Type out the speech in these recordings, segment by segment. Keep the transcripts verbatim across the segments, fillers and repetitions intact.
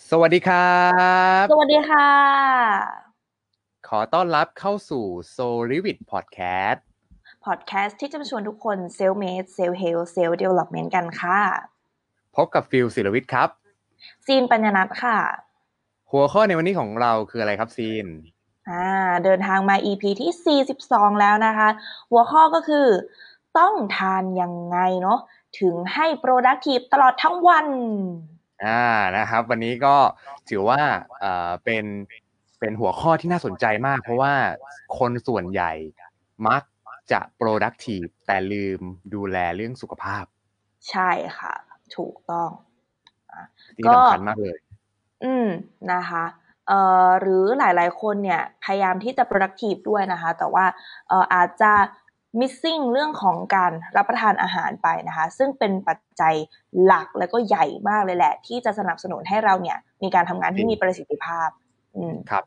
สวัสดีครับสวัสดีค่ะขอต้อนรับเข้าสู่ Solivit Podcast พอดแคสต์ที่จะมาชวนทุกคนเซล f ์เมดเซล f ์เฮลเซล f ์เดเวล็อปเมนต์กันค่ะพบกับฟิลศิลวิทย์ครับซีนปัญญนัทค่ะหัวข้อในวันนี้ของเราคืออะไรครับซีนอ่าเดินทางมา อี พี ที่สี่สิบสองแล้วนะคะหัวข้อก็คือต้องทานยังไงเนาะถึงให้ productive ตลอดทั้งวันอ่านะครับวันนี้ก็ถือว่าเอ่อเป็นเป็นหัวข้อที่น่าสนใจมากเพราะว่าคนส่วนใหญ่มักจะ productive แต่ลืมดูแลเรื่องสุขภาพใช่ค่ะถูกต้องอ่ะที่ก็สำคัญมากเลยอืมนะคะเอ่อหรือหลายๆคนเนี่ยพยายามที่จะ productive ด้วยนะคะแต่ว่าเอ่ออาจจะ missing เรื่องของการรับประทานอาหารไปนะคะซึ่งเป็นปัจจัยหลักและก็ใหญ่มากเลยแหละที่จะสนับสนุนให้เราเนี่ยมีการทำงานจริงที่มีประสิทธิภาพอืมครับ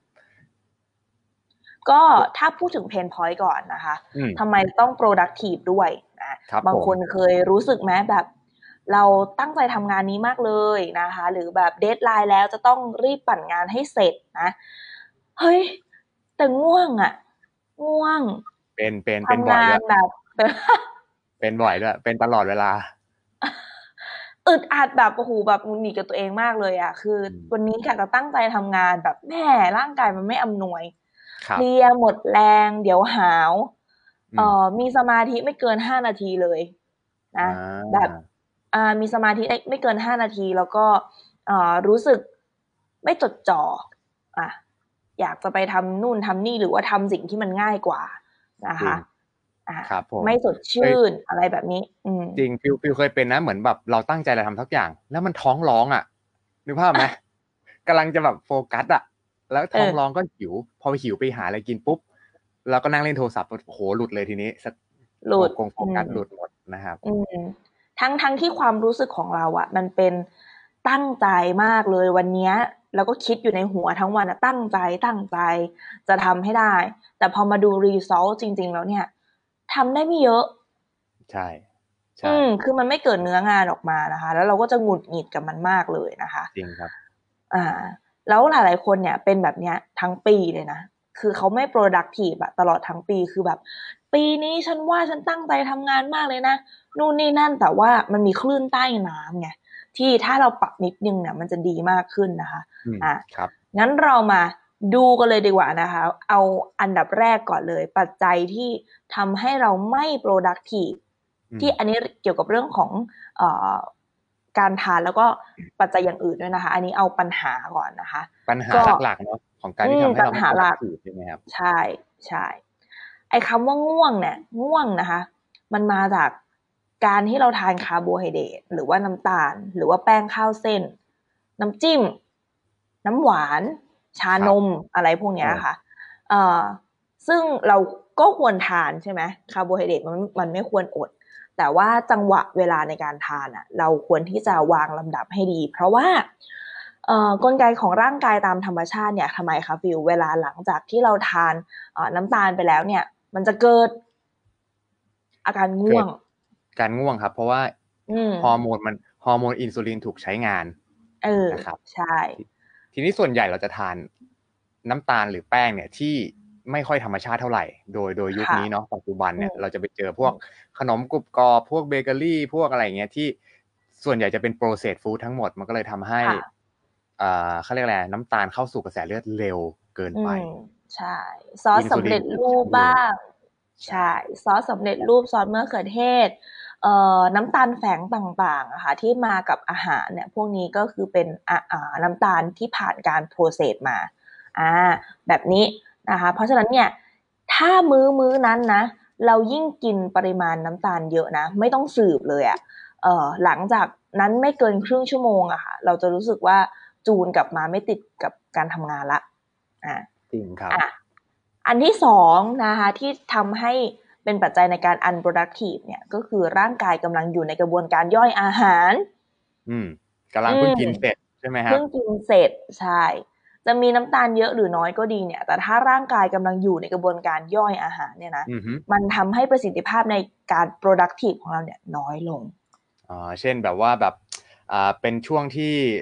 ก็ถ้าพูดถึง pain point ก่อนนะคะอืมทำไมต้อง productive ด้วยนะครับบางผมคนเคยรู้สึกไหมแบบเราตั้งใจทำงานนี้มากเลยนะคะหรือแบบเดดไลน์แล้วจะต้องรีบปั่นงานให้เสร็จนะเฮ้ยแต่ง่วงอะง่วงเป็นเป็นเป็นทำบ่อยด้วยงานแบบเป็นบ่อยด้วยเป็นตลอดเวลาอึดอัดแบบโอ้โหแบบหงุดหงิดกับตัวเองมากเลยอะคืออืมวันนี้กะจะตั้งใจทำงานแบบแม่ร่างกายมันไม่อำนวยครับเพลียหมดแรงเดี๋ยวหาวอืมเอ่อมีสมาธิไม่เกินห้านาทีเลยอ่นะแบบาอ่ามีสมาธิได้ไม่เกินห้านาทีแล้วก็เอ่อรู้สึกไม่จดจ่ออะอยากจะไปทำนู่นทำนี่หรือว่าทำสิ่งที่มันง่ายกว่านะคะจริงอ่าครับผมไม่สดเคยชื่นอะไรแบบนี้อืมจริงฟิลฟิลเคยเป็นนะเหมือนแบบเราตั้งใจจะทำทุกอย่างแล้วมันท้องร้องอ่ะนึกภาพไหมกำลังจะแบบโฟกัสอ่ะแล้วท้องร้องเออก็หิวพอหิวไปหาอะไรกินปุ๊บแล้วก็นั่งเล่นโทรศัพท์โอ้โหหลุดเลยทีนี้สโฟหลุดกงโฟอืมกัสหลุดหมดนะครับอืมทั้งทั้งที่ความรู้สึกของเราอะมันเป็นตั้งใจมากเลยวันเนี้ยเราก็คิดอยู่ในหัวทั้งวันอะตั้งใจตั้งใจจะทำให้ได้แต่พอมาดู result จริงๆแล้วเนี่ยทำได้ไม่เยอะใช่ใช่อืมคือมันไม่เกิดเนื้องานออกมานะคะแล้วเราก็จะหงุดหงิดกับมันมากเลยนะคะจริงครับอ่าแล้วหลายๆคนเนี่ยเป็นแบบเนี้ยทั้งปีเลยนะคือเขาไม่ productive อะตลอดทั้งปีคือแบบปีนี้ฉันว่าฉันตั้งใจทำงานมากเลยนะ นู่นนี่นั่นแต่ว่ามันมีคลื่นใต้น้ำไงที่ถ้าเราปรับนิดนึงเนี่ยมันจะดีมากขึ้นนะคะอืมอ่ะครับงั้นเรามาดูกันเลยดีกว่านะคะเอาอันดับแรกก่อนเลยปัจจัยที่ทำให้เราไม่ productive อืมที่อันนี้เกี่ยวกับเรื่องของเอ่อการทานแล้วก็ปัจจัยอย่างอื่นด้วยนะคะอันนี้เอาปัญหาก่อนนะคะปัญหาก็หลักๆเนาะของการอืที่มปัญทำให้เราไม่หาหลัก productive ใช่ไหมครับใช่ใช่ไอ้คำว่าง่วงเนี่ยง่วงนะคะ มันมาจากการที่เราทานคาร์โบไฮเดรตหรือว่าน้ำตาลหรือว่าแป้งข้าวเส้นน้ำจิ้มน้ำหวานชาครับนมอะไรพวกเอเนี้ยอค่ะเอ่อซึ่งเราก็ควรทานใช่ไหมคาร์โบไฮเดรตมันมันไม่ควรอดแต่ว่าจังหวะเวลาในการทานอ่ะเราควรที่จะวางลำดับให้ดีเพราะว่าเอ่อกลไกของร่างกายตามธรรมชาติเนี่ยทำไมคะฟิลเวลาหลังจากที่เราทานเอ่อน้ำตาลไปแล้วเนี่ยมันจะเกิดอาการง่เกิดวงการง่วงครับเพราะว่าอืมฮอร์โมนมันฮอร์โมนอินซูลินถูกใช้งานเออนะครับใช่ทีทีนี้ส่วนใหญ่เราจะทานน้ำตาลหรือแป้งเนี่ยที่ไม่ค่อยธรรมชาติเท่าไหร่โดยโดยยุคค่ะนี้เนาะปัจจุบันอืมเนี่ยเราจะไปเจอพอืมวกขนมกรุบกรอบพวกเบเกอรี่พวกอะไรอย่างเงี้ยที่ส่วนใหญ่จะเป็นโปรเซสฟู้ดทั้งหมดมันก็เลยทำให้ค่ะอ่าเขาเรียกอะไรน้ำตาลเข้าสู่กระแสเลือดเร็วเกินไปอืมใช่ซอสอินซูลินสำเร็จรูถูกใช้เร็วปบ้างใช่ใช่ซอสสำเร็จรูปซอสมะเขือเทศเอ่อน้ำตาลแฝงต่างๆอะค่ะที่มากับอาหารเนี่ยพวกนี้ก็คือเป็นอ่าอ่าน้ำตาลที่ผ่านการโปรเซสมาอ่าแบบนี้นะคะเพราะฉะนั้นเนี่ยถ้ามื้อมื้อนั้นนะเรายิ่งกินปริมาณน้ำตาลเยอะนะไม่ต้องสืบเลยอะ เอ่อหลังจากนั้นไม่เกินครึ่งชั่วโมงอะค่ะเราจะรู้สึกว่าจูนกลับมาไม่ติดกับการทำงานละอ่าจริงครับอ่ะอันที่สองนะคะที่ทำให้เป็นปัจจัยในการ unproductive เนี่ยก็คือร่างกายกำลังอยู่ในกระบวนการย่อยอาหารอืมกำลังอืมเพิ่งกินเสร็จใช่ไหมครับเพิ่งกินเสร็จใช่จะมีน้ำตาลเยอะหรือน้อยก็ดีเนี่ยแต่ถ้าร่างกายกำลังอยู่ในกระบวนการย่อยอาหารเนี่ยนะอือฮึมันทำให้ประสิทธิภาพในการ productive ของเราเนี่ยน้อยลงอ่าเช่นแบบว่าแบบอ่าเป็นช่วงที่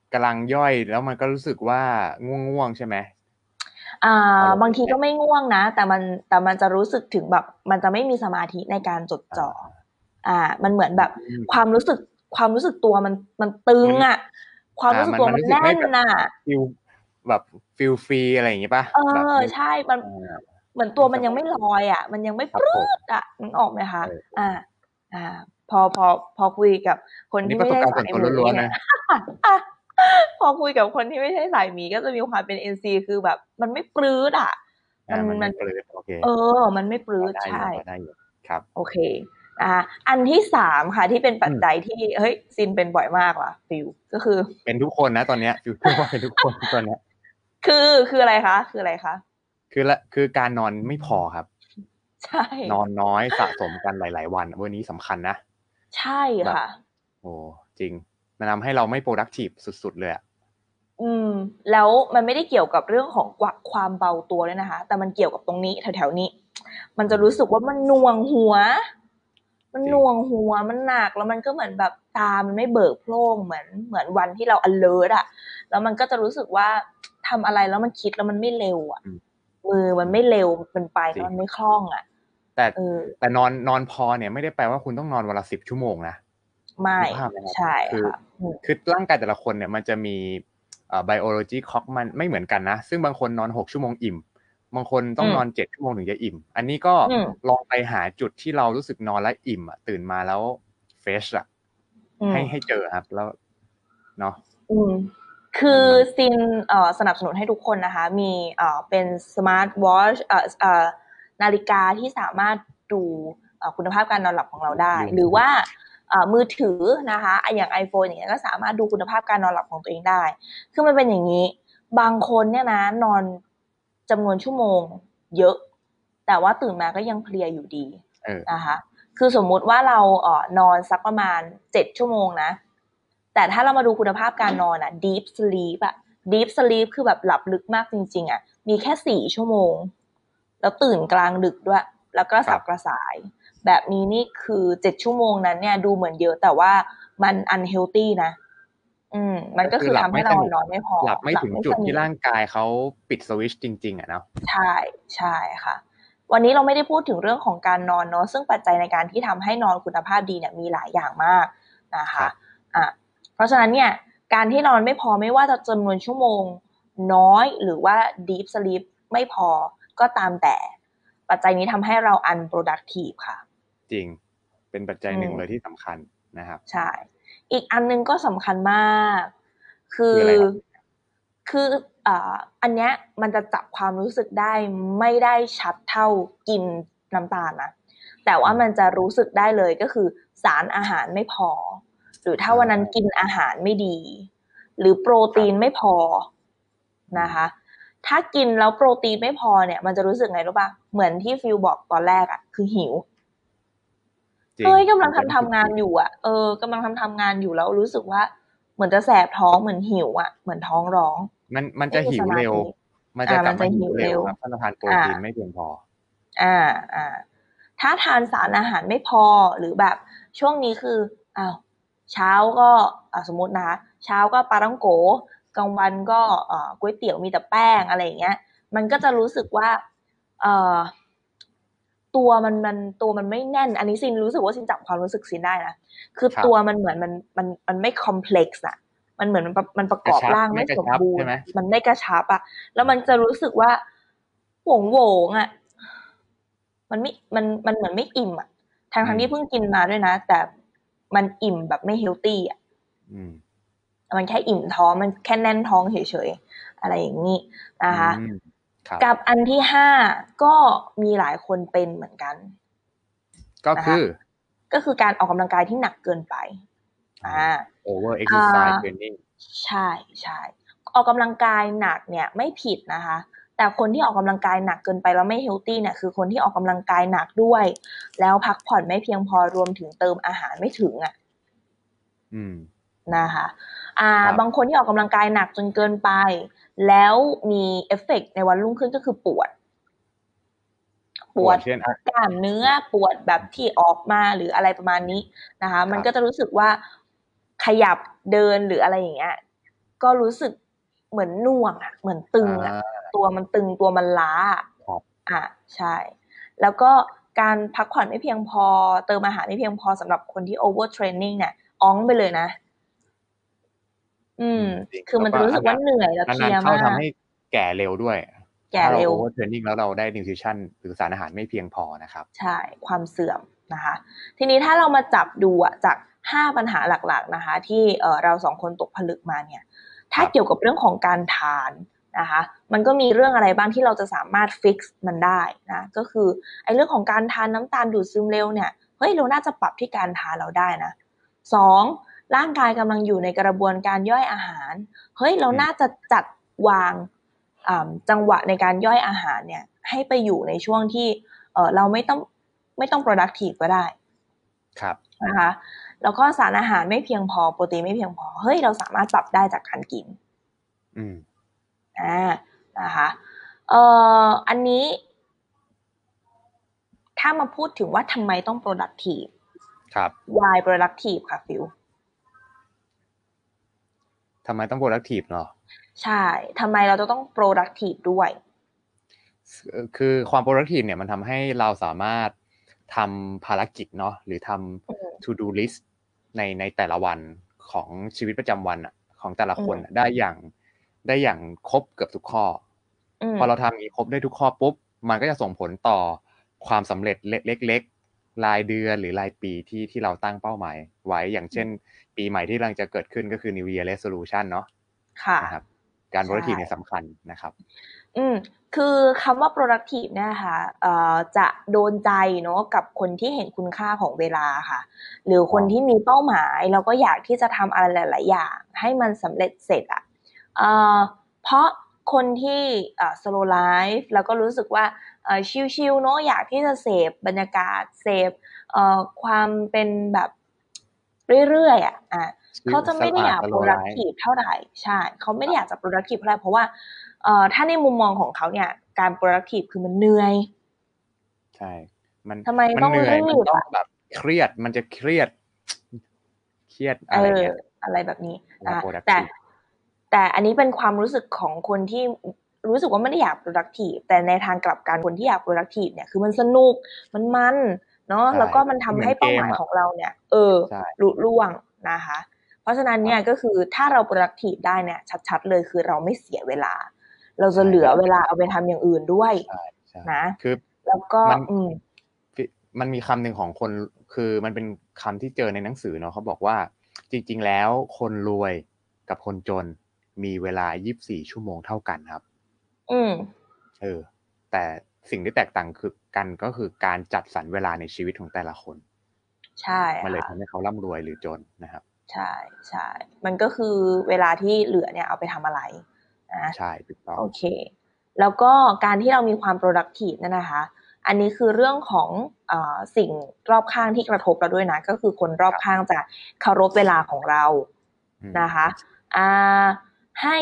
กำลังย่อยแล้วมันก็รู้สึกว่าง่วงๆใช่ไหมอ่าอารมณ์บางทีก็แบบเนี้ยไม่ง่วงนะแต่มันแต่มันจะรู้สึกถึงแบบมันจะไม่มีสมาธิในการจดอ่จ่อาอ่ามันเหมือนแบบอืมความรู้สึกความรู้สึกตัวมันมันตึงมันอ่ะความอ่ารู้สึกมันมันรู้สึกตัวมันแน่ไม่แบบนน่ะฟิลแบบฟิลฟรีอะไรอย่างงี้ป่ะเอแบบอไม่ใช่มันอ่าเหมือนตัไม่วมันยังไม่ลสมาธิอยอะมันยังไม่ปรื๊ครับผมดอะนึกออกไหมคะเอออาอ่าพอพอพอคุยกับคนอันนี้ที่ไม่ใช่ประสบการณ์ส่วนสายหมีตัวล้วนๆเนี่ยนะพอคุยกับคนที่ไม่ใช่สายหมีก็จะมีความเป็น เอ็น ซี คือแบบมันไม่ปรื๊ดอะมันอ่ามันมันไม่เปลือยโอเคเออมันไม่ปรื๊ดพอได้อยู่ใช่พอได้อยู่ครับโอเคอ่าอันที่สามค่ะที่เป็นปัอืมจจัยที่เฮ้ยซินเป็นบ่อยมากว่ะฟิลก็คือเป็นทุกคนนะตอนเนี้ยฟิลเชื่อว่าเป็นทุกคนตอนเนี้ยคือคืออะไรคะคืออะไรคะคือละคือการนอนไม่พอครับใช่นอนน้อยสะสมกันหลายๆวันวันนี้สำคัญนะใช่แบบค่ะโอ้จริงมันทำให้เราไม่ productive สุดๆเลยอะอืมแล้วมันไม่ได้เกี่ยวกับเรื่องของกวความเบาตัวด้วยนะคะแต่มันเกี่ยวกับตรงนี้แถวๆนี้มันอืมจะรู้สึกว่ามันหน่วงหัวมันจริงหน่วงหัวมันหนักแล้วมันก็เหมือนแบบตามันไม่เบิกโพร่งเหมือนเหมือนวันที่เรา alert อะแล้วมันก็จะรู้สึกว่าทำอะไรแล้วมันคิดแล้วมันไม่เร็วอะอืมมือมันอืมไม่เร็วมันไปจริงแล้วมันไม่คล่องอะแต่เออแต่นอนนอนพอเนี่ยไม่ได้แปลว่าคุณต้องนอนวันละสิบชั่วโมงนะไม่นึกภาพไหมครับใช่คือค่ะอืมคือร่างกายแต่ละคนเนี่ยมันจะมีเอ่อ biology clock มันไม่เหมือนกันนะซึ่งบางคนนอนหกชั่วโมงอิ่มบางคนต้อืมองนอนเจ็ดชั่วโมงถึงจะอิ่มอันนี้ก็อืมลองไปหาจุดที่เรารู้สึกนอนแล้วอิ่มอ่ะตื่นมาแล้วเฟรชอ่ะอืมให้ให้เจอครับแล้วเนาะอืมคือมันมันซินเอ่อสนับสนุนให้ทุกคนนะคะมีเอ่อเป็นสมาร์ทวอชเอ่อเอ่อนาฬิกาที่สามารถดูเอ่อคุณภาพการนอนหลับของเราได้ลืมหรือว่าเอ่อมือถือนะคะอ่ะอย่าง iPhone อย่างเงี้ยก็สามารถดูคุณภาพการนอนหลับของตัวเองได้คือมันเป็นอย่างนี้บางคนเนี่ยนะนอนจำนวนชั่วโมงเยอะแต่ว่าตื่นมาก็ยังเพลียอยู่ดีเออนะคะคือสมมุติว่าเราเอ่อนอนสักประมาณเจ็ดชั่วโมงนะ แต่ถ้าเรามาดูคุณภาพการนอนอะ deep sleep อะ deep sleep คือแบบหลับลึกมากจริงๆอะมีแค่สี่ชั่วโมงแล้วตื่นกลางดึกด้วยแล้วก็ครับสับกระส่ายแบบนี้นี่คือเจ็ดชั่วโมงนั้นเนี่ยดูเหมือนเยอะแต่ว่ามัน unhealthy นะอืมมันก็คือก็คือทำให้เราหลับไม่สนุกนอนไม่พอหลับไม่หลับถึงจุดที่ไม่สนิทร่างกายเขาปิดสวิตช์จริงๆอ่ะเนาะใช่ใช่ค่ะวันนี้เราไม่ได้พูดถึงเรื่องของการนอนเนาะซึ่งปัจจัยในการที่ทำให้นอนคุณภาพดีเนี่ยมีหลายอย่างมากนะคะครับอ่ะเพราะฉะนั้นเนี่ยการที่นอนไม่พอไม่ว่าจะจำนวนชั่วโมงน้อยหรือว่า deep sleep ไม่พอก็ตามแต่ปัจจัยนี้ทำให้เรา unproductive ค่ะจริงเป็นปัจจัยอืมหนึ่งเลยที่สำคัญนะครับใช่ อีกอันนึงก็สำคัญมาก คือคืออะไรครับคืออ่าอันเนี้ยมันจะจับความรู้สึกได้ไม่ได้ชัดเท่ากินน้ำตาลนะ แต่อืว่ามมันจะรู้สึกได้เลยก็คือสารอาหารไม่พอ หรือถ้าอ่วันนั้นากินอาหารไม่ดี หรือโปรครับตีนไม่พออืมนะคะ ถ้ากินแล้วโปรตีนไม่พอเนี่ยมันจะรู้สึกไงรู้ป่ะ เหมือนที่ฟิลบอกตอนแรกอะคือหิวจริงเฮ้ยกำลัมันจะรู้สึกงทำทำงานหิวอยู่อะเออกำลังทำทำงานอยู่แล้วรู้สึกว่าเหมือนจะแสบท้องเหมือนหิวอะเหมือนท้องร้องมันมันจะไม่มีหิวเร็วสมาธิมันจะอ่ามันจะกลับมาหิหิวเร็ววเร็วครับถ้าเราทานโปรอ่าตีนไม่เพียงพออ่าอ่าถ้าทานสารอาหารไม่พอหรือแบบช่วงนี้คืออ้าวเช้าก็อ่าสมมตินะคะเช้าก็ปาต้องโกกลางวันก็เอ่อก๋วยเตี๋ยวมีแต่แป้งอะไรอย่างเงี้ยมันก็จะรู้สึกว่าเอ่อ ตัวมันมันตัวมันไม่แน่นอันนี้ซินรู้สึกว่าซินจับความรู้สึกซินได้นะคือครับตัวมันเหมือนมันมันมันไม่คอมเพล็กซ์อะมันเหมือนมันประมันประกระชับกอบร่างไม่กระไม่สมบูรณ์ชับใช่ไหมมันไม่กระชับอะแล้วมันจะรู้สึกว่าโหวงโหวงอะมันไม่มันมันเหมือนไม่อิ่มอะทั้งอืมทั้งที่เพิ่งกินมาด้วยนะแต่มันอิ่มแบบไม่เฮลตี้อะอืมมันแค่อิ่มท้องมันแค่แน่นท้องเฉยๆอะไรอย่างนี้อืนะคะมครับกับอันที่ห้าก็มีหลายคนเป็นเหมือนกัน นะคะก็คือก็คือการออกกำลังกายที่หนักเกินไปอ่าอ่า over อ่า exercise training ใช่ใช่ออกกำลังกายหนักเนี่ยไม่ผิดนะคะแต่คนที่ออกกำลังกายหนักเกินไปแล้วไม่เฮลตี้เนี่ยคือคนที่ออกกำลังกายหนักด้วยแล้วพักผ่อนไม่เพียงพอรวมถึงเติมอาหารไม่ถึงอ่ะอืมนะคะอ่าครับบางคนที่ออกกำลังกายหนักจนเกินไปแล้วมีเอฟเฟกต์ในวันรุ่งขึ้นก็คือปวด ปวดปวดเช่นอ่ะกล้ามเนื้อปวดแบบที่ออกมาหรืออะไรประมาณนี้นะคะมันก็จะครับรู้สึกว่าขยับเดินหรืออะไรอย่างเงี้ยก็รู้สึกเหมือนหน่วงอ่ะเหมือนตึงอ่ะตัวมันตึงตัวมันล้าอ่ะใช่แล้วก็การพักผ่อนไม่เพียงพอเติมอาหารไม่เพียงพอสำหรับคนที่ over training เนี่ยอ้องไปเลยนะอืมคือมันจะรู้สึกว่าเหนื่อยแล้วเพลียมากนานๆเข้าทำให้แก่เร็วด้วยแก่เร็วถ้าเรา over training แล้วเราได้ nutrition หรือสารอาหารไม่เพียงพอนะครับใช่ความเสื่อมนะคะทีนี้ถ้าเรามาจับดูอ่ะจากห้าปัญหาหลักๆนะคะที่เอ่อเราสองคนตกผลึกมาเนี่ยถ้าเกี่ยวกับเรื่องของการทานนะคะมันก็มีเรื่องอะไรบ้างที่เราจะสามารถฟิกซ์มันได้นะก็คือไอ้เรื่องของการทานน้ำตาลดูดซึมเร็วเนี่ยเฮ้ยเราน่าจะปรับที่การทานเราได้นะสองร่างกายกำลังอยู่ในกระบวนการย่อยอาหารเฮ้ยเราน่าจะจัดวางจังหวะในการย่อยอาหารเนี่ยให้ไปอยู่ในช่วงที่เออเราไม่ต้องไม่ต้อง productive ก็ได้ครับนะคะแล้วก็สารอาหารไม่เพียงพอโปรตีนไม่เพียงพอเฮ้ยเราสามารถปรับได้จากการกินอืมอ่านะคะเอ่ออันนี้ถ้ามาพูดถึงว่าทำไมต้อง productive ครับ why productive ค่ะฟิวทำไมต้อง productive เนาะใช่ทำไมเราจะต้อง productive ด้วยคือความ productive เนี่ยมันทำให้เราสามารถทำภารกิจเนาะหรือทำ to do list ในในแต่ละวันของชีวิตประจำวันอะของแต่ละคนได้อย่างได้อย่างครบเกือบทุกข้อพอเราทำอย่างนี้ครบได้ทุกข้อปุ๊บมันก็จะส่งผลต่อความสำเร็จเล็กๆรายเดือนหรือรายปีที่ที่เราตั้งเป้าหมายไว้อย่างเช่นปีใหม่ที่กำลังจะเกิดขึ้นก็คือ New Year Resolution เนาะค่ะนะครับการ productive เนี่ยสำคัญนะครับอืมคือคำว่า productive เนี่ยค่ะเอ่อจะโดนใจเนาะกับคนที่เห็นคุณค่าของเวลาค่ะหรือคนที่มีเป้าหมายแล้วก็อยากที่จะทำอะไรหลายๆอย่างให้มันสำเร็จเสร็จอ่ะเอ่อเพราะคนที่เอ่อ slow life แล้วก็รู้สึกว่าเอ่อชิลๆเนาะอยากที่จะเสพบรรยากาศเสพเอ่อความเป็นแบบเรื่อยๆอ่ะอ่ะเขาจะไม่ได้อยาก productive เท่าไหร่ใช่เขาไม่ได้อยากจะ productive เท่าไหร่เพราะว่าเอ่อถ้าในมุมมองของเขาเนี่ยการ productive คือมันเหนื่อยใช่มันทำไมมันต้องเหนื่อยมันรีบต้องอ่ะแบบเครียดมันจะเครียดเครียดเออะไรอเงี้ยอะไรแบบนี้นะ แต่ productive แต่อันนี้เป็นความรู้สึกของคนที่รู้สึกว่าไม่ได้อยาก productive แต่ในทางกลับกันคนที่อยาก productive เนี่ยคือมันสนุกมันมันเนาะแล้วก็มันทำให้เป้าหมายของเราเนี่ยเออลุล่วงนะคะเพราะฉะนั้นเนี่ยก็คือถ้าเรา productive ได้เนี่ยชัดๆเลยคือเราไม่เสียเวลาเราจะเหลือเวลาเอาไปทำอย่างอื่นด้วยนะคือแล้วก็อืมมันมีคำหนึ่งของคนคือมันเป็นคำที่เจอในหนังสือเนาะเขาบอกว่าจริงๆแล้วคนรวยกับคนจนมีเวลายี่สิบสี่ชั่วโมงเท่ากันครับอืมเออแต่สิ่งที่แตกต่างคือกันก็คือการจัดสรรเวลาในชีวิตของแต่ละคนใช่มันเลยทำให้เขาร่ำรวยหรือจนนะครับใช่ใช่มันก็คือเวลาที่เหลือเนี่ยเอาไปทำอะไรนะใช่ถูกต้องโอเคแล้วก็การที่เรามีความ productive นั่นนะคะอันนี้คือเรื่องของเอ่อสิ่งรอบข้างที่กระทบเราด้วยนะก็คือคนรอบข้างจะเคารพเวลาของเรานะคะอ่าให้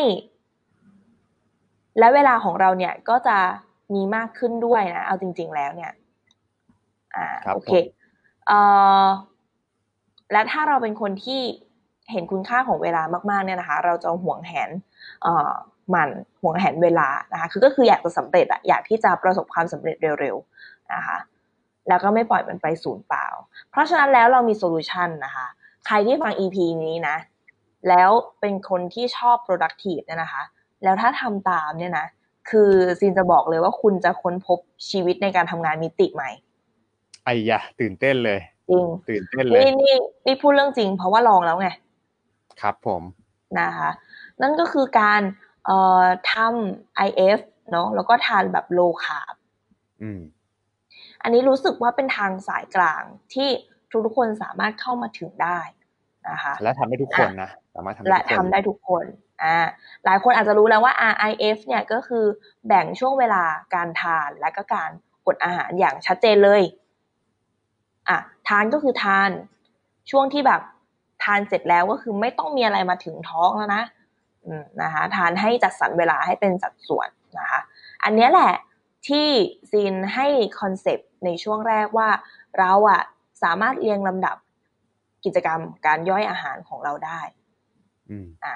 และเวลาของเราเนี่ยก็จะมีมากขึ้นด้วยนะเอาจริงๆแล้วเนี่ยอ่าโอเคเอ่อและถ้าเราเป็นคนที่เห็นคุณค่าของเวลามากๆเนี่ยนะคะเราจะหวงแหนเอ่อมันหวงแหนเวลานะคะคือก็คืออยากจะสำเร็จอะอยากที่จะประสบความสำเร็จเร็วๆนะคะแล้วก็ไม่ปล่อยมันไปสูญเปล่าเพราะฉะนั้นแล้วเรามีโซลูชันนะคะใครที่ฟัง อี พี นี้นะแล้วเป็นคนที่ชอบ productive เนี่ยนะคะแล้วถ้าทำตามเนี่ยนะคือซินจะบอกเลยว่าคุณจะค้นพบชีวิตในการทำงานมิติใหม่ไอ้ยะตื่นเต้นเลยจริงตื่นเต้นเลยนี่นี่นี่พูดเรื่องจริงเพราะว่าลองแล้วไงครับผมนะคะนั่นก็คือการเอ่อทำ ไอ เอฟ เนาะแล้วก็ทานแบบ low carb อืมอันนี้รู้สึกว่าเป็นทางสายกลางที่ทุกๆคนสามารถเข้ามาถึงได้นะคะและทำได้ทุกคนนะสามารถทำได้และทุกคนทำได้ทุกคนอ่าหลายคนอาจจะรู้แล้วว่า อาร์ ไอ เอฟ เนี่ยก็คือแบ่งช่วงเวลาการทานและก็การอดอาหารอย่างชัดเจนเลยอ่ะทานก็คือทานช่วงที่แบบทานเสร็จแล้วก็คือไม่ต้องมีอะไรมาถึงท้องแล้วนะนะคะทานให้จัดสรรเวลาให้เป็นสัดส่วนนะคะอันนี้แหละที่ซีนให้คอนเซปต์ในช่วงแรกว่าเราอะสามารถเรียงลำดับกิจกรรมการย่อยอาหารของเราได้อ่ะถ้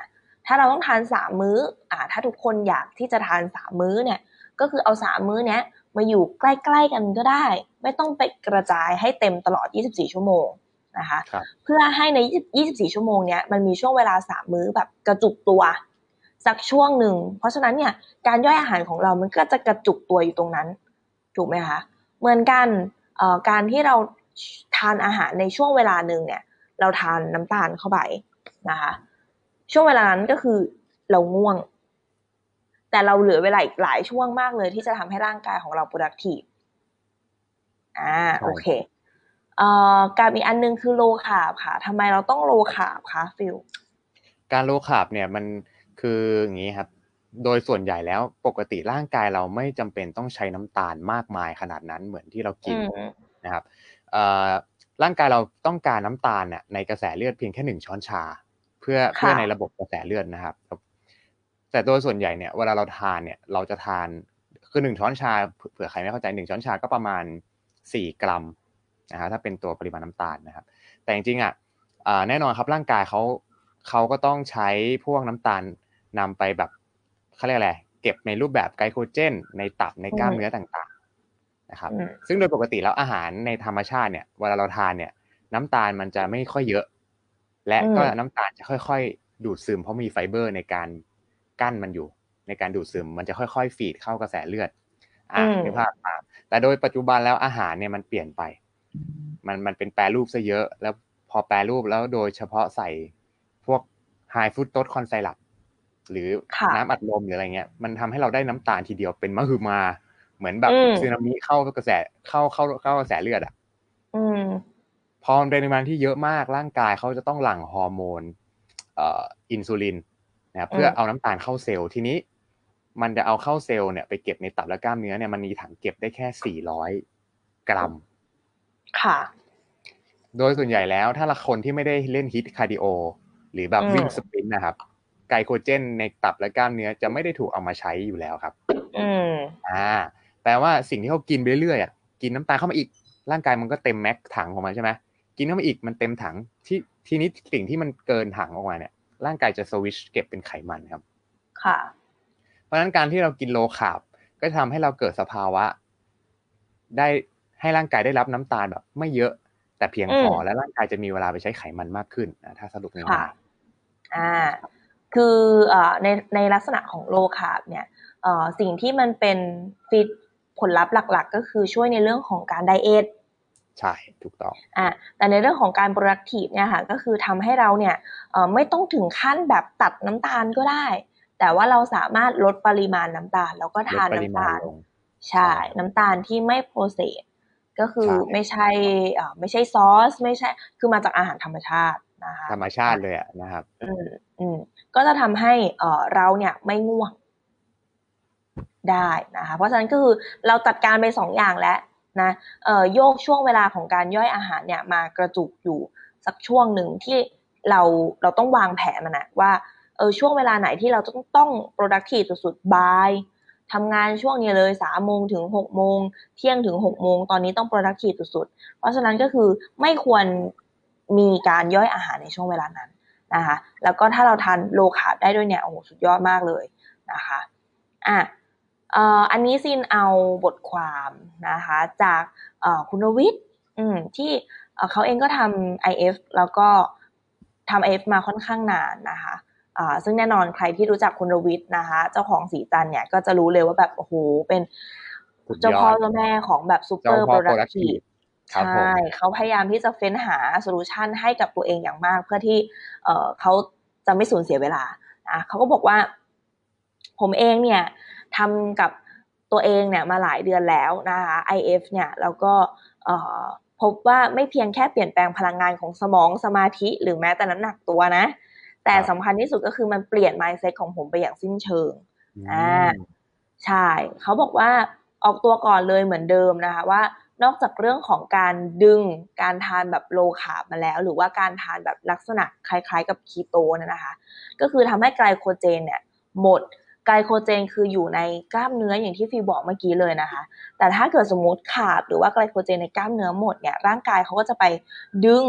ถ้าเราต้องทานสามมื้ออ่าถ้าทุกคนอยากที่จะทานสามมื้อเนี่ยก็คือเอาสามมื้อเนี้ยมาอยู่ใกล้ๆกันก็ได้ไม่ต้องไปกระจายให้เต็มตลอดยี่สิบสี่ชั่วโมงนะคะเพื่อให้ในยี่สิบสี่ชั่วโมงเนี้ยมันมีช่วงเวลาสามมื้อแบบกระจุกตัวสักช่วงหนึ่งเพราะฉะนั้นเนี่ยการย่อยอาหารของเรามันก็จะกระจุกตัวอยู่ตรงนั้นถูกไหมคะเหมือนกันเอ่อการที่เราทานอาหารในช่วงเวลาหนึ่งเนี่ยเราทานน้ำตาลเข้าไปนะคะช่วงเวลานั้นก็คือเราง่วงแต่เราเหลือเวลาอีกหลายช่วงมากเลยที่จะทำให้ร่างกายของเรา productive อ่าโอเคเอ่อกับอีกอันนึงคือ low carb ค่ะทำไมเราต้อง low carb คะฟิลการ low carb เนี่ยมันคืออย่างนี้ครับโดยส่วนใหญ่แล้วปกติร่างกายเราไม่จำเป็นต้องใช้น้ำตาลมากมายขนาดนั้นเหมือนที่เรากินนะครับเอ่อร่างกายเราต้องการน้ำตาลเนี่ยในกระแสเลือดเพียงแค่หนึ่งช้อนชาเพื่อเพื่อในระบบกระแสเลือดนะครับแต่โดยส่วนใหญ่เนี่ยเวลาเราทานเนี่ยเราจะทานคือหนึ่งช้อนชาเผื่อใครไม่เข้าใจหนึ่งช้อนชาก็ประมาณสี่กรัมนะฮะถ้าเป็นตัวปริมาณน้ำตาลนะครับแต่จริงๆอ่ะแน่นอนครับร่างกายเขาเขาก็ต้องใช้พวกน้ำตาลนำไปแบบเขาเรียกอะไรเก็บในรูปแบบไกลโคเจนในตับในกล้ามเนื้อต่างๆนะครับซึ่งโดยปกติแล้วอาหารในธรรมชาติเนี่ยเวลาเราทานเนี่ยน้ำตาลมันจะไม่ค่อยเยอะและก็น้ำตาลจะค่อยๆดูดซึมเพราะมีไฟเบอร์ในการกั้นมันอยู่ในการดูดซึมมันจะค่อยๆฟีดเข้ากระแสเลือดอ่ะนึกภาพตามแต่โดยปัจจุบันแล้วอาหารเนี่ยมันเปลี่ยนไปมันมันเป็นแปรรูปซะเยอะแล้วพอแปรรูปแล้วโดยเฉพาะใส่พวกไฮฟรุตโตสคอนไซรัปหรือน้ำอัดลมหรืออะไรเงี้ยมันทำให้เราได้น้ำตาลทีเดียวเป็นมหึมาเหมือนแบบสึนามิเข้ากระแสเข้าเข้าเข้ากระแสเลือดอ่ะพอในปริมาณที่เยอะมากร่างกายเขาจะต้องหลั่งฮอร์โมนเอ่ออินซูลินนะเพื่อเอาน้ำตาลเข้าเซลล์ทีนี้มันจะเอาเข้าเซลล์เนี่ยไปเก็บในตับและกล้ามเนื้อเนี่ยมันมีถังเก็บได้แค่สี่ร้อยกรัมค่ะโดยส่วนใหญ่แล้วถ้าละคนที่ไม่ได้เล่นฮิตคาร์ดิโอหรือแบบวิ่งสปรินต์นะครับไกลโคเจนในตับและกล้ามเนื้อจะไม่ได้ถูกเอามาใช้อยู่แล้วครับอืมอ่าแปลว่าสิ่งที่เขากินไปเรื่อยๆอ่ะกินน้ำตาลเข้ามาอีกร่างกายมันก็เต็มแม็กถังของมันใช่ไหมกินเข้ามาอีกมันเต็มถังที่ทีนี้สิ่งที่มันเกินถังออกมาเนี่ยร่างกายจะสวิชเก็บเป็นไขมันครับค่ะเพราะฉะนั้นการที่เรากินโลคาร์บก็จะทำให้เราเกิดสภาวะได้ให้ร่างกายได้รับน้ำตาลแบบไม่เยอะแต่เพียงพอและร่างกายจะมีเวลาไปใช้ไขมันมากขึ้นนะถ้าสรุปง่ายๆอ่าคือเอ่อในในลักษณะของโลคาร์บเนี่ยเอ่อสิ่งที่มันเป็นฟิตผลลัพธ์หลักๆก็คือช่วยในเรื่องของการไดเอทใช่ถูกต้องอ่าแต่ในเรื่องของการ productive เนี่ยค่ะก็คือทำให้เราเนี่ยเอ่อไม่ต้องถึงขั้นแบบตัดน้ำตาลก็ได้แต่ว่าเราสามารถลดปริมาณน้ำตาลแล้วก็ทานน้ำตาลใช่น้ำตาลที่ไม่โปรเซสก็คือไม่ใช่อ่าไม่ใช่ซอสไม่ใช่คือมาจากอาหารธรรมชาตินะคะธรรมชาติเลยอ่ะนะครับอืมอืมก็จะทำให้เอ่อเราเนี่ยไม่ง่วงได้นะคะเพราะฉะนั้นก็คือเราจัดการไปสองอย่างแล้วนะเอ่อโยกช่วงเวลาของการย่อยอาหารเนี่ยมากระจุกอยู่สักช่วงหนึ่งที่เราเราต้องวางแผนมันนะว่าเออช่วงเวลาไหนที่เราต้องต้อง productive สุดๆบ่ายทำงานช่วงนี้เลยสามโมงถึงหกโมงเที่ยงถึงหกโมงตอนนี้ต้อง productive สุดๆเพราะฉะนั้นก็คือไม่ควรมีการย่อยอาหารในช่วงเวลานั้นนะคะแล้วก็ถ้าเราทานโลคาร์บได้ด้วยเนี่ยโอ้โหสุดยอดมากเลยนะคะอ่ะเอ่ออันนี้ซินเอาบทความนะคะจากเอ่อคุณวิทย์ที่เอ่อเขาเองก็ทำ ไอ เอฟ แล้วก็ทำ ไอ เอฟ มาค่อนข้างนานนะคะอ่าซึ่งแน่นอนใครที่รู้จักคุณรวิทย์นะคะเจ้าของสีจันเนี่ยก็จะรู้เลยว่าแบบโอ้โหเป็นเจ้าพ่อเจ้าแม่ของแบบซูเปอร์โปรดักทีฟใช่เขาพยายามที่จะเฟ้นหาโซลูชันให้กับตัวเองอย่างมากเพื่อที่เอ่อเขาจะไม่สูญเสียเวลาอ่ะเขาก็บอกว่าผมเองเนี่ยทำกับตัวเองเนี่ยมาหลายเดือนแล้วนะคะ ไอ เอฟ เนี่ยแล้วก็เอ่อพบว่าไม่เพียงแค่เปลี่ยนแปลงพลังงานของสมองสมาธิหรือแม้แต่น้ำหนักตัวนะแต่สำคัญที่สุดก็คือมันเปลี่ยน mindset ของผมไปอย่างสิ้นเชิงอ่าใช่เขาบอกว่าออกตัวก่อนเลยเหมือนเดิมนะคะว่านอกจากเรื่องของการดึงการทานแบบโลคาร์บมาแล้วหรือว่าการทานแบบลักษณะคล้ายๆกับคีโตนะคะก็คือทำให้ไกลโคเจนเนี่ยหมดไกลโคเจนคืออยู่ในกล้ามเนื้ออย่างที่ฟีบอกเมื่อกี้เลยนะคะแต่ถ้าเกิดสมมติขาดหรือว่าไกลโคเจนในกล้ามเนื้อหมดเนี่ยร่างกายเขาก็จะไปดึง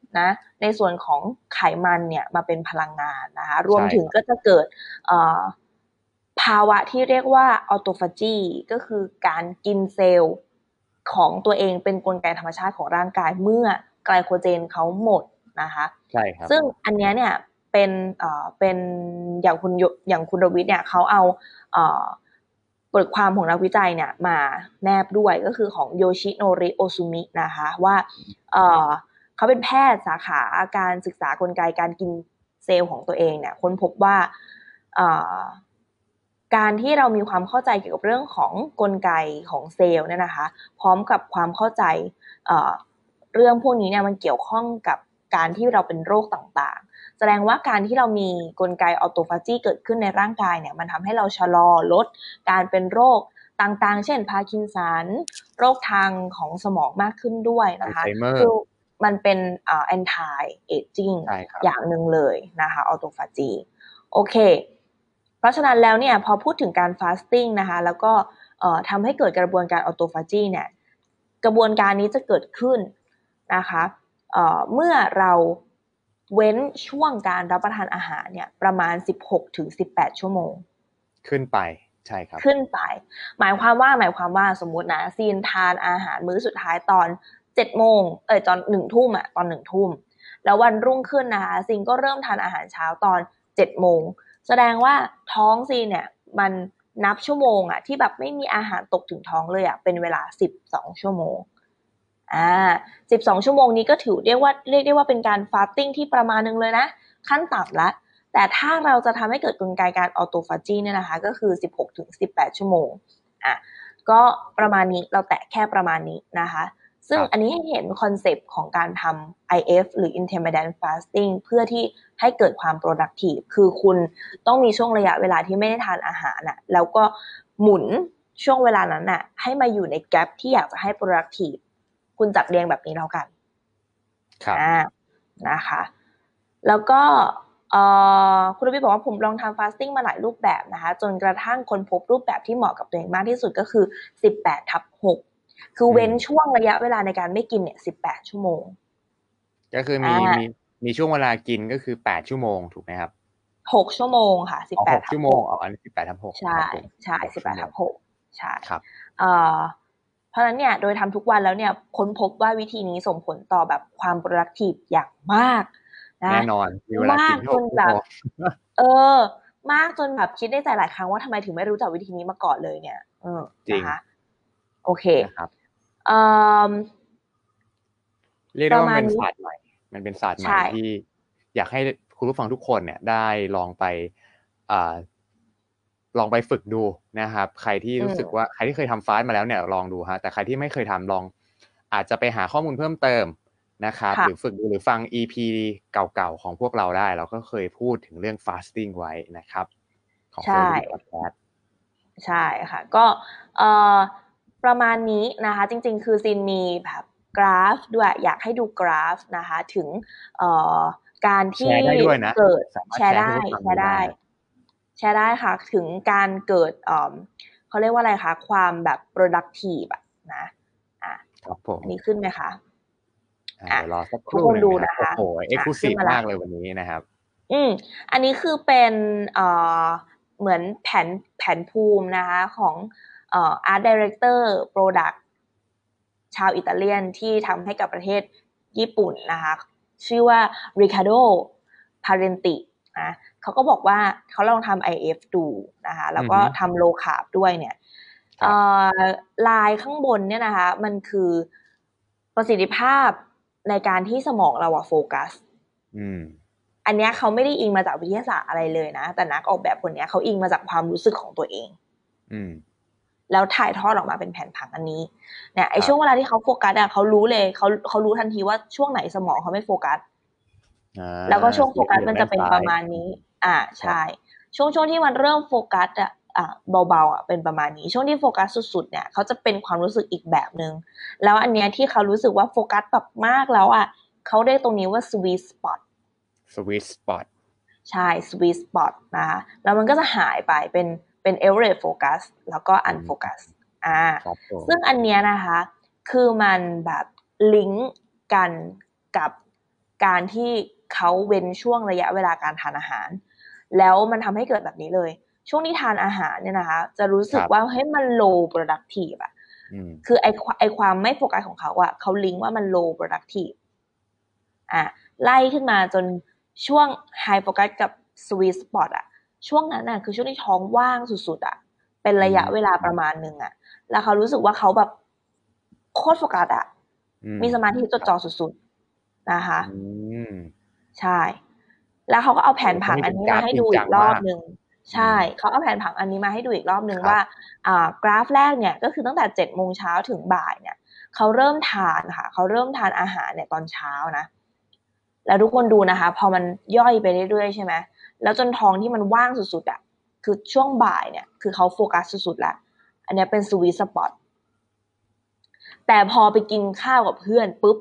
นะในส่วนของไขมันเนี่ยมาเป็นพลังงานนะคะรวมถึงก็จะเกิดภาวะที่เรียกว่าออโตฟาจีก็คือการกินเซลล์ของตัวเองเป็นกลไกธรรมชาติของร่างกายเมื่อไกลโคเจนเขาหมดนะคะใช่ครับซึ่งอันนี้เนี่ยเป็นเอ่อเป็นอย่างคุณอย่างคุณรวิทย์เนี่ยเขาเอาเอ่อบทความของนักวิจัยเนี่ยมาแนบด้วยก็คือของโยชิโนริโอซุมินะคะว่าเอ่อเขาเป็นแพทย์สาขาการศึกษากลไกการกินเซลล์ของตัวเองเนี่ยค้นพบว่าเอ่อการที่เรามีความเข้าใจเกี่ยวกับเรื่องของกลไกของเซลล์เนี่ยนะคะพร้อมกับความเข้าใจเอ่อเรื่องพวกนี้เนี่ยมันเกี่ยวข้องกับการที่เราเป็นโรคต่างๆแสดงว่าการที่เรามีกลไกออโตฟาจีเกิดขึ้นในร่างกายเนี่ยมันทำให้เราชะลอลดการเป็นโรคต่างๆเช่นพาร์กินสันโรคทางของสมองมากขึ้นด้วยนะคะคือมันเป็นอ่า anti aging อย่างหนึ่งเลยนะคะออโตฟาจีโอเคเพราะฉะนั้นแล้วเนี่ยพอพูดถึงการฟาสติ้งนะคะแล้วก็เอ่อทำให้เกิดกระบวนการออโตฟาจีเนี่ยกระบวนการนี้จะเกิดขึ้นนะคะเอ่อเมื่อเราเว้นช่วงการรับประทานอาหารเนี่ยประมาณ สิบหกถึงสิบแปด ชั่วโมงขึ้นไปใช่ครับขึ้นไปหมายความว่าหมายความว่าสมมุตินะซีนทานอาหารมื้อสุดท้ายตอน เจ็ดโมงเอ่ยตอน หนึ่ง ทุ่มอ่ะตอน หนึ่ง ทุ่มแล้ววันรุ่งขึ้นนะคะซีนก็เริ่มทานอาหารเช้าตอน เจ็ด โมงแสดงว่าท้องซีนเนี่ยมันนับชั่วโมงอ่ะที่แบบไม่มีอาหารตกถึงท้องเลยอ่ะเป็นเวลาสิบสองชั่วโมงอ่าสิบสองชั่วโมงนี้ก็ถือเรียกว่าเรียกได้ว่าเป็นการฟาสติ้งที่ประมาณนึงเลยนะขั้นต่ำละแต่ถ้าเราจะทำให้เกิดกลไกการออโตฟาจีเนี่ยนะคะก็คือ สิบหกถึงสิบแปด ชั่วโมงอ่ะก็ประมาณนี้เราแตะแค่ประมาณนี้นะคะซึ่งอันนี้ให้เห็นคอนเซปต์ของการทำ ไอ เอฟ หรือ intermittent fasting เพื่อที่ให้เกิดความ productive คือคุณต้องมีช่วงระยะเวลาที่ไม่ได้ทานอาหารน่ะแล้วก็หมุนช่วงเวลานั้นน่ะให้มาอยู่ในแกปที่อยากจะให้ productive คุณจัดเรียงแบบนี้แล้วกันครับนะคะแล้วก็คุณรวิบอกว่าผมลองทำ fasting มาหลายรูปแบบนะคะจนกระทั่งค้นพบรูปแบบที่เหมาะกับตัวเองมากที่สุดก็คือ สิบแปดทับหกคือเว้นช่วงระยะเวลาในการไม่กินเนี่ยสิบแปดชั่วโมงก็คือมีมีมีช่วงเวลากินก็คือแปดชั่วโมงถูกไหมครับหกชั่วโมงค่ะสิบแปดชั่วโมงอ๋ออันนี้สิบแปดทับหกใช่ใช่สิบแปดทับหกใช่ครับเอ่อเพราะฉะนั้นเนี่ยโดยทำทุกวันแล้วเนี่ยค้นพบว่าวิธีนี้ส่งผลต่อแบบความ productive อย่างมากนะแน่นอนมีเวลากินจนแบบเออมากจนแบบคิดได้ใจหลายครั้งว่าทำไมถึงไม่รู้จักวิธีนี้มาก่อนเลยเนี่ยเออนะคะโอเคครับเอ่อเรียกได้ว่าเป็นศาสตร์ใหม่มันเป็นศาสตร์ใหม่ที่อยากให้คุณผู้ฟังทุกคนเนี่ยได้ลองไปอ่าลองไปฝึกดูนะครับใครที่รู้สึกว่าใครที่เคยทำฟาสต์มาแล้วเนี่ยลองดูฮะแต่ใครที่ไม่เคยทำลองอาจจะไปหาข้อมูลเพิ่มเติมนะครับหรือฝึกดูหรือฟัง อี พี เก่าๆของพวกเราได้เราก็เคยพูดถึงเรื่อง fasting ไว้นะครับของ Celebrity Podcast ใช่ค่ะก็เอ่อประมาณนี้นะคะจริงๆคือซินมีแบบกราฟด้วยอยากให้ดูกราฟนะคะถึงเอ่อการที่เกิดแชร์ได้แชร์ได้แชร์ได้ค่ะถึงการเกิดเอ่อเขาเรียกว่าอะไรคะความแบบ productive อ่ะนะอ่ะครับผมอันนี้ขึ้นไหมคะอ่ะเดี๋ยวรอสักครู่นึงนะคะโอ้โห exclusive มากเลยวันนี้นะครับอืมอันนี้คือเป็นเอ่อเหมือนแผนแผนภูมินะคะของเอ่อ Art Director Product ชาวอิตาเลียนที่ทำให้กับประเทศญี่ปุ่นนะคะชื่อว่า Riccardo Parenti นะเขาก็บอกว่าเขาลองทำ ไอ เอฟ ดูนะคะแล้วก็ทำ low carb ด้วยเนี่ยเอ่อลายข้างบนเนี่ยนะคะมันคือประสิทธิภาพในการที่สมองเราอะโฟกัสอืมอันนี้เขาไม่ได้อิงมาจากวิทยาศาสตร์อะไรเลยนะแต่นักออกแบบคนนี้เขาอิงมาจากความรู้สึกของตัวเองอืมแล้วถ่ายทอดออกมาเป็นแผนผังอันนี้เนี่ยไอ้ช่วงเวลาที่เขาโฟกัสอะเขารู้เลยเขาเขารู้ทันทีว่าช่วงไหนสมองเขาไม่โฟกัสแล้วก็ช่วงโฟกัสมันจะเป็นประมาณนี้อ่าใช่ช่วงช่วงที่มันเริ่มโฟกัสอะอ่ะเบาๆอ่ะเป็นประมาณนี้ช่วงที่โฟกัสสุดๆเนี่ยเขาจะเป็นความรู้สึกอีกแบบนึงแล้วอันเนี้ยที่เขารู้สึกว่าโฟกัสแบบมากแล้วอ่ะเขาเรียกตรงนี้ว่า sweet spot sweet spot ใช่ sweet spot นะคะแล้วมันก็จะหายไปเป็นเป็น average focus แล้วก็ unfocus อ่าซึ่งอันเนี้ยนะคะคือมันแบบลิงก์กันกับการที่เขาเว้นช่วงระยะเวลาการทานอาหารแล้วมันทำให้เกิดแบบนี้เลยช่วงที่ทานอาหารเนี่ยนะคะจะรู้สึกว่าเฮ้ยมัน low productive อะคือไอไอความไม่โฟกัสของเขาอะเขาลิงก์ว่ามัน low productive อ่ะไล่ขึ้นมาจนช่วง high focus กับ sweet spot อะช่วงนั้นน่ะคือช่วงที่ท้องว่างสุดๆอะเป็นระยะเวลาประมาณนึงอะแล้วเขารู้สึกว่าเขาแบบโคตรโฟกัสอะมีสมาธิจดจ่อสุดๆนะคะใช่แล้วเขาก็เอาแผนผังอันนี้มาให้ดูอีกรอบนึงใช่เขาเอาแผนผังอันนี้มาให้ดูอีกรอบนึงว่าอ่ากราฟแรกเนี่ยก็คือตั้งแต่เจ็ดโมงเช้าถึงบ่ายเนี่ยเขาเริ่มทานค่ะเขาเริ่มทานอาหารเนี่ยตอนเช้านะแล้วทุกคนดูนะคะพอมันย่อยไปเรื่อยๆใช่ไหมแล้วจนท้องที่มันว่างสุดๆอ่ะคือช่วงบ่ายเนี่ยคือเขาโฟกัสสุดๆแล้วอันนี้เป็นสวีทสปอตแต่พอไปกินข้าวกับเพื่อนปุ๊บ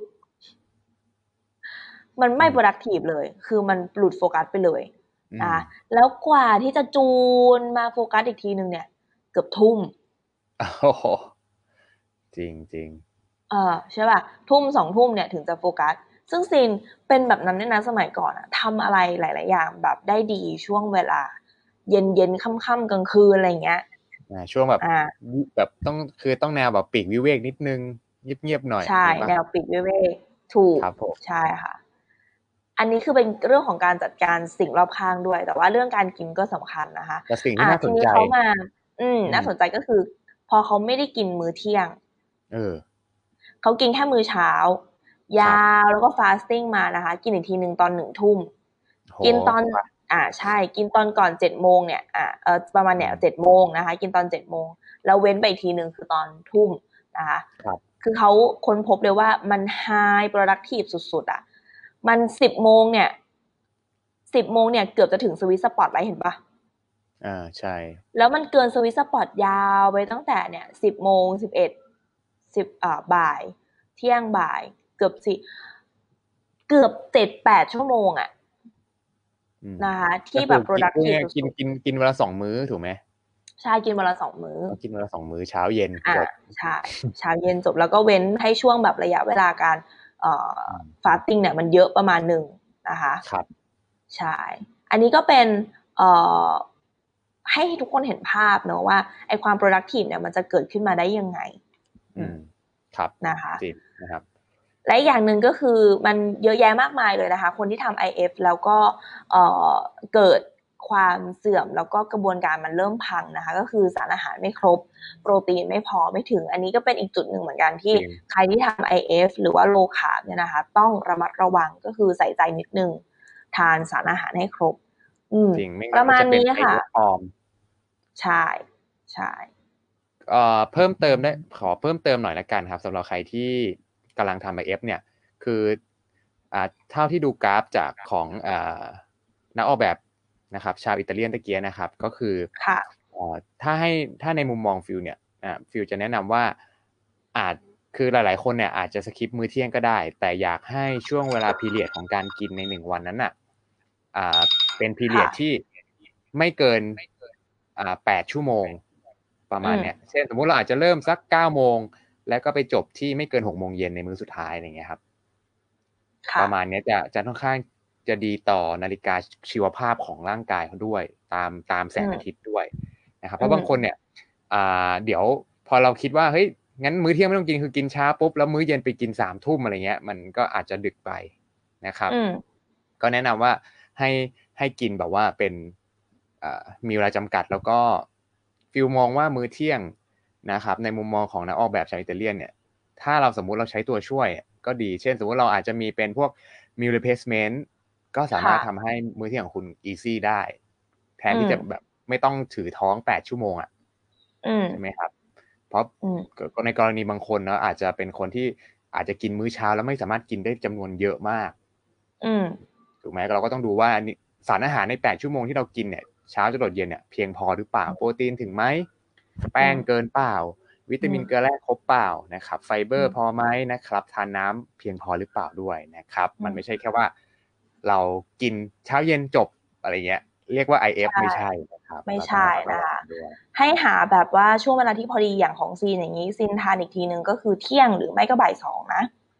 มันไม่ productive เลยคือมันหลุดโฟกัสไปเลยนะคะแล้วกว่าที่จะจูนมาโฟกัสอีกทีนึงเนี่ยเกือบทุ่มโอ้โหจริงจริงเออใช่ป่ะทุ่มสองทุ่มเนี่ยถึงจะโฟกัสซึ่งซีนเป็นแบบนั้นเนี่ยนะสมัยก่อนอะทำอะไรหลายๆอย่างแบบได้ดีช่วงเวลาเย็นเย็นค่ำๆกลางคืนอะไรเงี้ยช่วงแบบแบบต้องคือต้องแนวแบบปีกวิเวกนิดนึงเงียบๆหน่อยใช่แนวปีกวิเวกถูกใช่ค่ะอันนี้คือเป็นเรื่องของการจัดการสิ่งรอบข้างด้วยแต่ว่าเรื่องการกินก็สำคัญนะคะแต่สิ่งที่น่าสนใจเขามาอืมน่าสนใจก็คือพอเขาไม่ได้กินมื้อเที่ยงเออเขากินแค่มื้อเช้ายาวแล้วก็ฟาสติ้งมานะคะกินอีกทีนึงตอนหนึ่งทุ่มกินตอนอ่าใช่กินตอนก่อนเจ็ดโมงเนี่ยอ่าเออประมาณเนี่ยเจ็ดโมงนะคะกินตอนเจ็ดโมงแล้วเว้นไปอีกทีนึงคือตอนทุ่มนะคะคือเขาค้นพบเลยว่ามันไฮโปรดักทีฟสุดๆอ่ะมันสิบโมงเนี่ยสิบโมงเนี่ยเกือบจะถึงสวิตสปอตไลท์เห็นปะอ่าใช่แล้วมันเกินสวิตสปอตยาวไปตั้งแต่เนี่ยสิบโมงสิบเอ็ดสิบอ่าบ่ายเที่ยงบ่ายเกือบสิเกือบเจ็ดแปดชั่วโมงอ่ะนะคะที่แบบ productive กินกินกินเวลาสองมื้อถูกไหมใช่กินวันละสองมื้อกินวันละสองมื้อเช้าเย็นจบใช่เช้าเย็นจบแล้วก็เว้นให้ช่วงแบบระยะเวลาการเอ่อฟาสติ้งเนี่ยมันเยอะประมาณหนึ่งนะคะครับใช่อันนี้ก็เป็นเอ่อให้ทุกคนเห็นภาพเนอะว่าไอ้ความ productive เนี่ยมันจะเกิดขึ้นมาได้ยังไงอืมครับนะคะจริงนะครับและอีกอย่างหนึ่งก็คือมันเยอะแยะมากมายเลยนะคะคนที่ทำ ไอ เอฟ แล้วก็เอ่อเกิดความเสื่อมแล้วก็กระบวนการมันเริ่มพังนะคะก็คือสารอาหารไม่ครบโปรตีนไม่พอไม่ถึงอันนี้ก็เป็นอีกจุดหนึ่งเหมือนกันที่ใครที่ทำ ไอ เอฟ หรือว่าโลคาร์บเนี่ยนะคะต้องระมัดระวังก็คือใส่ใจนิดนึงทานสารอาหารให้ครบอืมประมาณนี้ค่ะใช่ใช่เอ่อเพิ่มเติมได้ขอเพิ่มเติมหน่อยละกันครับสำหรับใครที่กำลังทำ ไอ เอฟ เนี่ยคืออ่าเท่าที่ดูกราฟจากของอ่านักออกแบบนะครับชาวอิตาเลียนตะเกียนะครับก็คือค่ะถ้าให้ถ้าในมุมมองฟิลเนี่ยอ่าฟิลจะแนะนำว่าอาจคือหลายๆคนเนี่ยอาจจะสคิปมื้อเที่ยงก็ได้แต่อยากให้ช่วงเวลาพีเรียดของการกินในหนึ่งวันนั้นน่ะอ่าเป็นพีเรียดที่ไม่เกินอ่าแปดชั่วโมงประมาณเนี้ยเช่นสมมุติเราอาจจะเริ่มสักเก้าโมงแล้วก็ไปจบที่ไม่เกินหกโมงเย็นในมื้อสุดท้ายอะไรเงี้ยครับประมาณนี้จะจะค่อนข้างจะดีต่อนาฬิกาชีวภาพของร่างกายเขาด้วยตามตามแสงอาทิตย์ด้วยนะครับเพราะบางคนเนี่ยอ่าเดี๋ยวพอเราคิดว่าเฮ้ยงั้นมื้อเที่ยงไม่ต้องกินคือกินช้าปุ๊บแล้วมื้อเย็นไปกินสามทุ่มอะไรเงี้ยมันก็อาจจะดึกไปนะครับก็แนะนำว่าให้ให้กินแบบว่าเป็นมีเวลาจำกัดแล้วก็ฟิลมองว่ามื้อเที่ยงนะครับในมุมมองของนักออกแบบชาวอิตาเลียนเนี่ยถ้าเราสมมุติเราใช้ตัวช่วยก็ดีเช่นสมมุติเราอาจจะมีเป็นพวก meal replacement ก็สามารถทำให้มื้อเที่ยงของคุณ easy ได้แทนที่จะแบบไม่ต้องถือท้องแปดชั่วโมงอ่ะใช่ไหมครับเพราะในกรณีบางคนเนาะอาจจะเป็นคนที่อาจจะกินมื้อเช้าแล้วไม่สามารถกินได้จำนวนเยอะมากถูกไหมเราก็ต้องดูว่าสารอาหารในแปดชั่วโมงที่เรากินเนี่ยเช้าจนเย็นเนี่ยเพียงพอหรือเปล่าโปรตีนถึงไหมแป้งเกินเปล่าวิตามินเกลือแร่ครบเปล่านะครับไฟเบอร์พอไหมนะครับทานน้ำเพียงพอหรือเปล่าด้วยนะครับมันไม่ใช่แค่ว่าเรากินเช้าเย็นจบอะไรเงี้ยเรียกว่า ไอ เอฟ ไม่ใช่นะครับไม่ใช่นะคะให้หาแบบว่าช่วงเวลาที่พอดีอย่างของซีนอย่างนี้ซีนทานอีกทีนึงก็คือเที่ยงหรือไม่ก็บ่ายสองนะ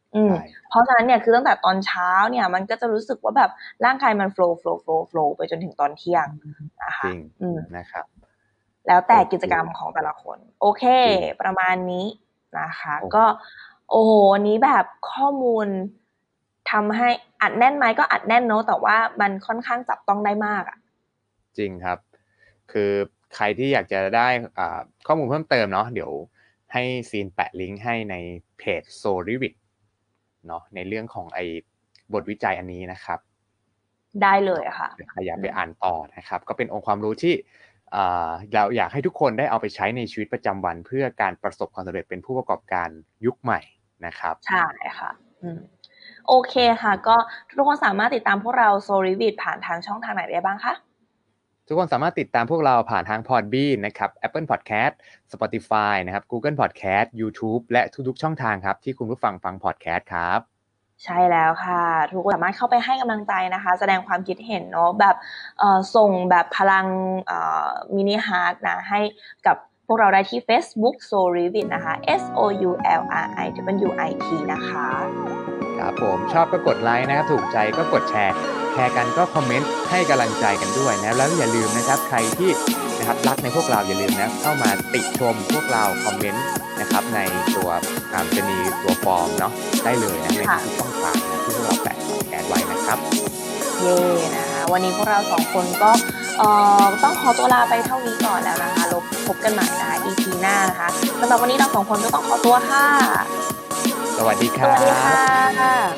อืมใช่เพราะฉะนั้นเนี่ยคือตั้งแต่ตอนเช้าเนี่ยมันก็จะรู้สึกว่าแบบร่างกายมัน flow flow flow flow ไปจนถึงตอนเที่ยงนะจคะริงอืมนะครับแล้วแต่โอเคกิจกรรมของแต่ละคน โอเคจริงประมาณนี้นะคะโอ้ก็ โอ้โฮ วันนี้แบบข้อมูลทำให้ อัดแน่นไหม ก็อัดแน่นเนาะ แต่ว่ามันค่อนข้างจับต้องได้มากอะจริงครับ คือใครที่อยากจะได้ อ่า ข้อมูลเพิ่มเติมเนาะ เดี๋ยวให้ซีนแปะลิงก์ให้ในเพจ Solivid เนาะ ในเรื่องของไอ้บทวิจัยอันนี้นะครับได้เลยค่ะใครอยากไปอ่านต่อนะครับ ก็เป็นองค์ความรู้ที่ อ่า เราอยากให้ทุกคนได้เอาไปใช้ในชีวิตประจำวัน เพื่อการประสบความสำเร็จเป็นผู้ประกอบการยุคใหม่นะครับใช่ค่ะ อืม โอเคค่ะ ก็ทุกคนสามารถติดตามพวกเรา Solivid ผ่านทางช่องทางไหนได้บ้างคะ? ทุกคนสามารถติดตามพวกเราผ่านทาง Podbean นะครับ Apple Podcast Spotify นะครับ Google Podcast ยูทูบ และทุกๆช่องทางครับ ที่คุณผู้ฟังฟังพอดแคสต์ครับใช่แล้วค่ะ ทุกคนสามารถเข้าไปให้กำลังใจนะคะ แสดงความคิดเห็นเนาะ แบบ เอ่อ ส่งแบบพลัง เอ่อ มินิฮาร์ตนะ ให้กับพวกเราได้ที่เฟซบุ๊ก Solivid นะคะ เอส โอ ยู แอล อาร์ ไอ ดับเบิลยู ไอ ที นะคะครับผม ชอบก็กดไลค์นะครับ ถูกใจก็กดแชร์ แชร์กันก็คอมเมนต์ให้กำลังใจกันด้วยนะ แล้วอย่าลืมนะครับ ใครที่นะครับรักในพวกเราอย่าลืมนะ เข้ามาติชมพวกเรา คอมเมนต์นะครับในตัว อ่า จะมีตัวฟอร์มเนาะ ได้เลยนะ ในค่ะทุกช่องทางนะที่พวกเราแปะพอดแคสต์ไว้นะครับเย้นะคะ วันนี้พวกเรา สอง คนก็ เอ่อ ต้องขอตัวลาไปเท่านี้ก่อนแล้วนะคะแล้วพบกันใหม่นะคะ อี พี หน้านะคะ สำหรับวันนี้เรา สอง คนก็ต้องขอตัวค่ะสวัสดีคสรัวัสดีค่บะ